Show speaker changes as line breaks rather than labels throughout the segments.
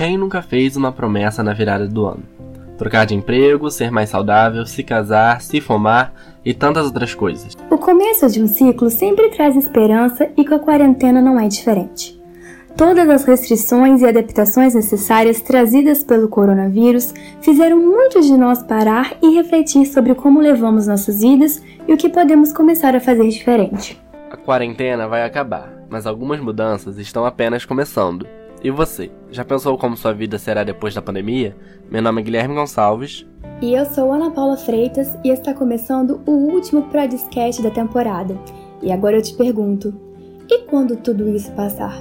Quem nunca fez uma promessa na virada do ano? Trocar de emprego, ser mais saudável, se casar, se formar e tantas outras coisas.
O começo de um ciclo sempre traz esperança e com a quarentena não é diferente. Todas as restrições e adaptações necessárias trazidas pelo coronavírus fizeram muitos de nós parar e refletir sobre como levamos nossas vidas e o que podemos começar a fazer diferente.
A quarentena vai acabar, mas algumas mudanças estão apenas começando. E você, já pensou como sua vida será depois da pandemia? Meu nome é Guilherme Gonçalves.
E eu sou Ana Paula Freitas e está começando o último podcast da temporada. E agora eu te pergunto, e quando tudo isso passar?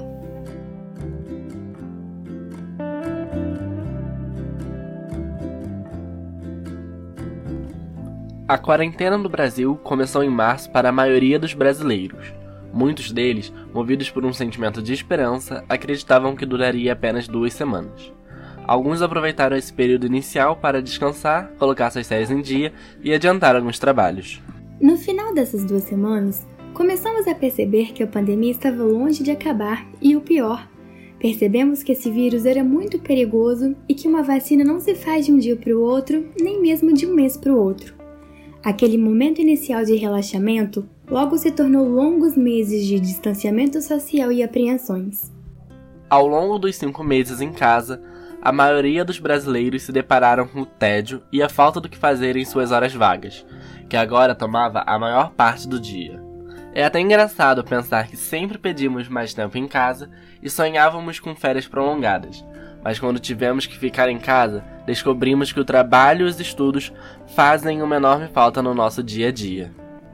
A quarentena no Brasil começou em março para a maioria dos brasileiros. Muitos deles, movidos por um sentimento de esperança, acreditavam que duraria apenas 2 semanas. Alguns aproveitaram esse período inicial para descansar, colocar suas séries em dia e adiantar alguns trabalhos.
No final dessas 2 semanas, começamos a perceber que a pandemia estava longe de acabar e o pior, percebemos que esse vírus era muito perigoso e que uma vacina não se faz de um dia para o outro, nem mesmo de um mês para o outro. Aquele momento inicial de relaxamento logo se tornou longos meses de distanciamento social e apreensões.
Ao longo dos 5 meses em casa, a maioria dos brasileiros se depararam com o tédio e a falta do que fazer em suas horas vagas, que agora tomava a maior parte do dia. É até engraçado pensar que sempre pedimos mais tempo em casa e sonhávamos com férias prolongadas, mas quando tivemos que ficar em casa, descobrimos que o trabalho e os estudos fazem uma enorme falta no nosso dia a dia.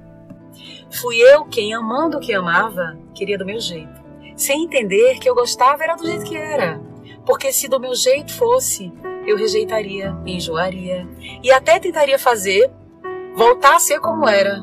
Fui eu quem, amando o que amava, queria do meu jeito, sem entender que eu gostava era do jeito que era, porque se do meu jeito fosse, eu rejeitaria, me enjoaria e até tentaria voltar a ser como era.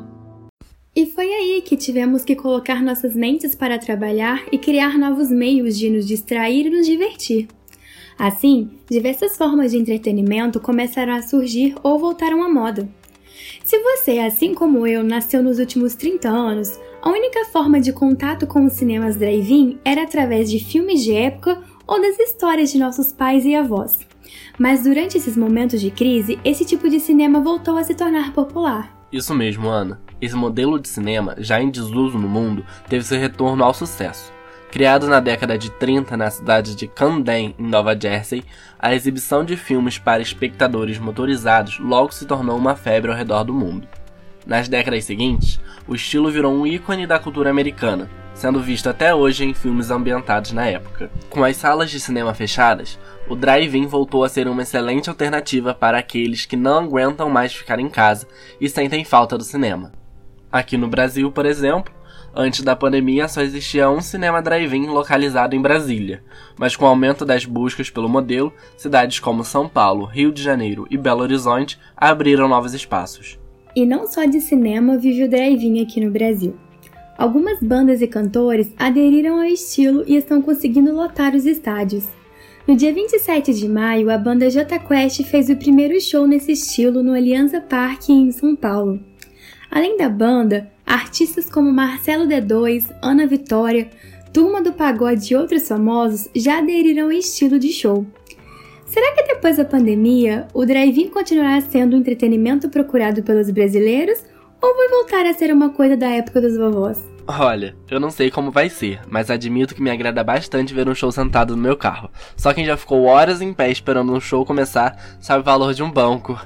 E foi aí que tivemos que colocar nossas mentes para trabalhar e criar novos meios de nos distrair e nos divertir. Assim, diversas formas de entretenimento começaram a surgir ou voltaram à moda. Se você, assim como eu, nasceu nos últimos 30 anos, a única forma de contato com os cinemas drive-in era através de filmes de época ou das histórias de nossos pais e avós. Mas durante esses momentos de crise, esse tipo de cinema voltou a se tornar popular.
Isso mesmo, Ana. Esse modelo de cinema, já em desuso no mundo, teve seu retorno ao sucesso. Criado na década de 30 na cidade de Camden, em Nova Jersey, a exibição de filmes para espectadores motorizados logo se tornou uma febre ao redor do mundo. Nas décadas seguintes, o estilo virou um ícone da cultura americana, sendo visto até hoje em filmes ambientados na época. Com as salas de cinema fechadas, o drive-in voltou a ser uma excelente alternativa para aqueles que não aguentam mais ficar em casa e sentem falta do cinema. Aqui no Brasil, por exemplo, antes da pandemia só existia um cinema drive-in localizado em Brasília, mas com o aumento das buscas pelo modelo, cidades como São Paulo, Rio de Janeiro e Belo Horizonte abriram novos espaços.
E não só de cinema vive o drive-in aqui no Brasil. Algumas bandas e cantores aderiram ao estilo e estão conseguindo lotar os estádios. No dia 27 de maio, a banda Jota Quest fez o primeiro show nesse estilo no Alianza Parque em São Paulo. Além da banda, artistas como Marcelo D2, Ana Vitória, Turma do Pagode e outros famosos já aderiram ao estilo de show. Será que depois da pandemia, o drive-in continuará sendo o entretenimento procurado pelos brasileiros ou vai voltar a ser uma coisa da época dos vovós?
Olha, eu não sei como vai ser, mas admito que me agrada bastante ver um show sentado no meu carro. Só quem já ficou horas em pé esperando um show começar sabe o valor de um banco.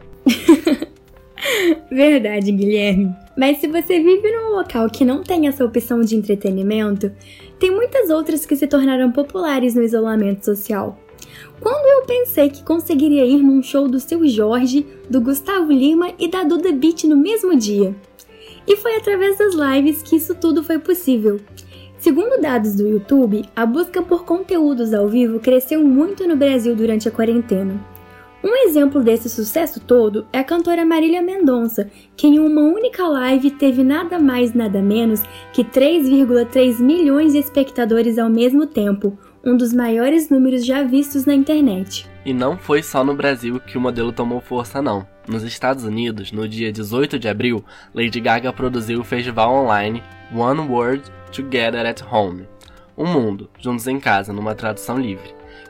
Verdade, Guilherme. Mas se você vive num local que não tem essa opção de entretenimento, tem muitas outras que se tornaram populares no isolamento social. Quando eu pensei que conseguiria ir num show do Seu Jorge, do Gustavo Lima e da Duda Beat no mesmo dia? E foi através das lives que isso tudo foi possível. Segundo dados do YouTube, a busca por conteúdos ao vivo cresceu muito no Brasil durante a quarentena. Um exemplo desse sucesso todo é a cantora Marília Mendonça, que em uma única live teve nada mais nada menos que 3,3 milhões de espectadores ao mesmo tempo, um dos maiores números já vistos na internet.
E não foi só no Brasil que o modelo tomou força não. Nos Estados Unidos, no dia 18 de abril, Lady Gaga produziu o festival online One World Together at Home, Um Mundo, Juntos em Casa, numa tradução livre,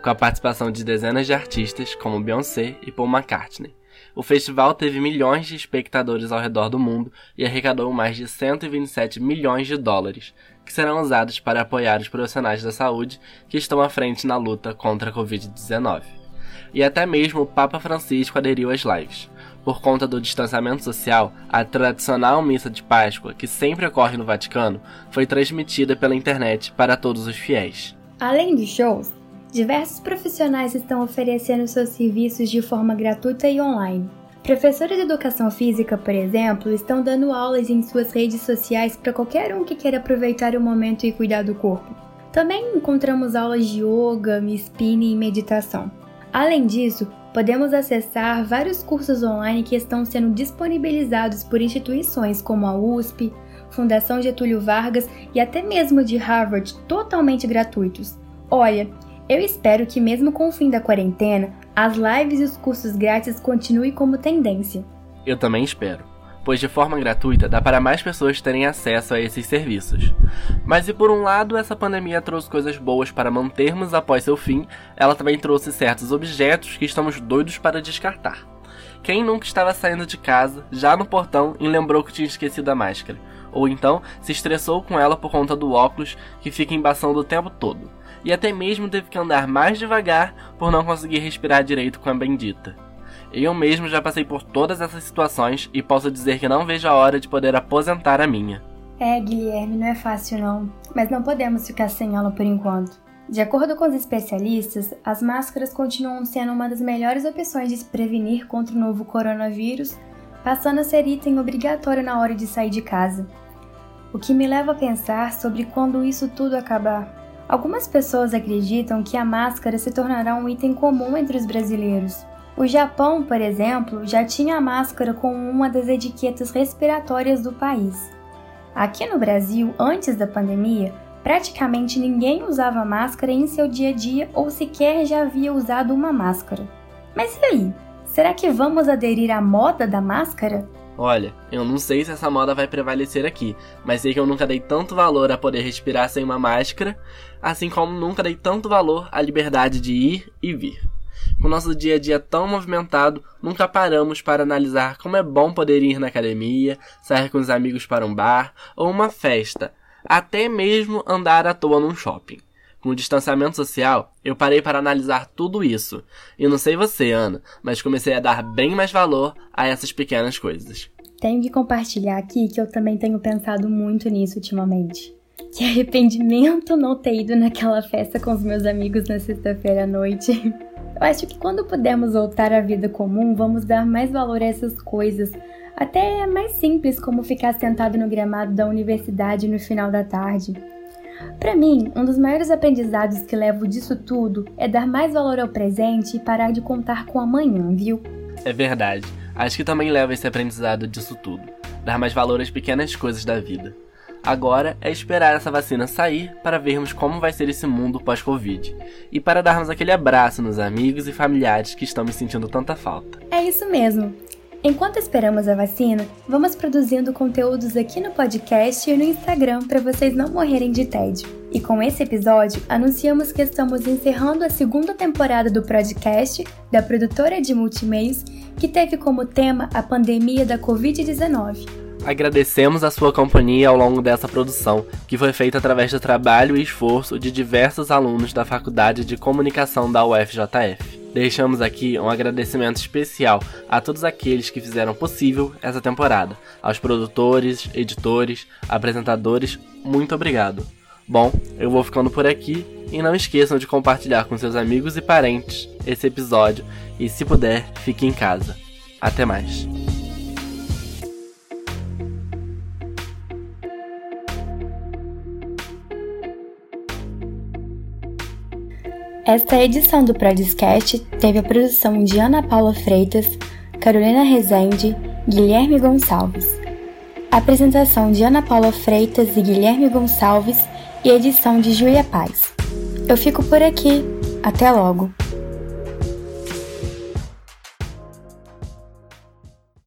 com a participação de dezenas de artistas como Beyoncé e Paul McCartney. O festival teve milhões de espectadores ao redor do mundo e arrecadou mais de 127 milhões de dólares, que serão usados para apoiar os profissionais da saúde que estão à frente na luta contra a Covid-19. E até mesmo o Papa Francisco aderiu às lives. Por conta do distanciamento social, a tradicional missa de Páscoa, que sempre ocorre no Vaticano, foi transmitida pela internet para todos os fiéis.
Além dos shows, diversos profissionais estão oferecendo seus serviços de forma gratuita e online. Professores de educação física, por exemplo, estão dando aulas em suas redes sociais para qualquer um que queira aproveitar o momento e cuidar do corpo. Também encontramos aulas de yoga, spinning e meditação. Além disso, podemos acessar vários cursos online que estão sendo disponibilizados por instituições como a USP, Fundação Getúlio Vargas e até mesmo de Harvard, totalmente gratuitos. Olha, eu espero que mesmo com o fim da quarentena, as lives e os cursos grátis continuem como tendência.
Eu também espero, pois de forma gratuita dá para mais pessoas terem acesso a esses serviços. Mas se por um lado essa pandemia trouxe coisas boas para mantermos após seu fim, ela também trouxe certos objetos que estamos doidos para descartar. Quem nunca estava saindo de casa, já no portão, e lembrou que tinha esquecido a máscara? Ou então se estressou com ela por conta do óculos que fica embaçando o tempo todo. E até mesmo teve que andar mais devagar por não conseguir respirar direito com a bendita. Eu mesmo já passei por todas essas situações e posso dizer que não vejo a hora de poder aposentar a minha.
Guilherme, não é fácil não, mas não podemos ficar sem ela por enquanto. De acordo com os especialistas, as máscaras continuam sendo uma das melhores opções de se prevenir contra o novo coronavírus, passando a ser item obrigatório na hora de sair de casa. O que me leva a pensar sobre quando isso tudo acabar. Algumas pessoas acreditam que a máscara se tornará um item comum entre os brasileiros. O Japão, por exemplo, já tinha a máscara como uma das etiquetas respiratórias do país. Aqui no Brasil, antes da pandemia, praticamente ninguém usava máscara em seu dia a dia ou sequer já havia usado uma máscara. Mas e aí? Será que vamos aderir à moda da máscara?
Olha, eu não sei se essa moda vai prevalecer aqui, mas sei que eu nunca dei tanto valor a poder respirar sem uma máscara, assim como nunca dei tanto valor à liberdade de ir e vir. Com nosso dia a dia tão movimentado, nunca paramos para analisar como é bom poder ir na academia, sair com os amigos para um bar ou uma festa, até mesmo andar à toa num shopping. Com o distanciamento social, eu parei para analisar tudo isso. E não sei você, Ana, mas comecei a dar bem mais valor a essas pequenas coisas.
Tenho que compartilhar aqui que eu também tenho pensado muito nisso ultimamente. Que arrependimento não ter ido naquela festa com os meus amigos na sexta-feira à noite. Eu acho que quando pudermos voltar à vida comum, vamos dar mais valor a essas coisas. Até mais simples, como ficar sentado no gramado da universidade no final da tarde. Para mim, um dos maiores aprendizados que levo disso tudo é dar mais valor ao presente e parar de contar com amanhã, viu?
É verdade. Acho que também levo esse aprendizado disso tudo. Dar mais valor às pequenas coisas da vida. Agora é esperar essa vacina sair para vermos como vai ser esse mundo pós-Covid. E para darmos aquele abraço nos amigos e familiares que estão me sentindo tanta falta.
É isso mesmo. Enquanto esperamos a vacina, vamos produzindo conteúdos aqui no podcast e no Instagram para vocês não morrerem de tédio. E com esse episódio, anunciamos que estamos encerrando a segunda temporada do podcast da produtora de multimeios, que teve como tema a pandemia da Covid-19.
Agradecemos a sua companhia ao longo dessa produção, que foi feita através do trabalho e esforço de diversos alunos da Faculdade de Comunicação da UFJF. Deixamos aqui um agradecimento especial a todos aqueles que fizeram possível essa temporada. Aos produtores, editores, apresentadores, muito obrigado. Bom, eu vou ficando por aqui e não esqueçam de compartilhar com seus amigos e parentes esse episódio e, se puder, fique em casa. Até mais.
Esta edição do Prodiscast teve a produção de Ana Paula Freitas, Carolina Rezende, Guilherme Gonçalves. Apresentação de Ana Paula Freitas e Guilherme Gonçalves e edição de Júlia Paz. Eu fico por aqui. Até logo!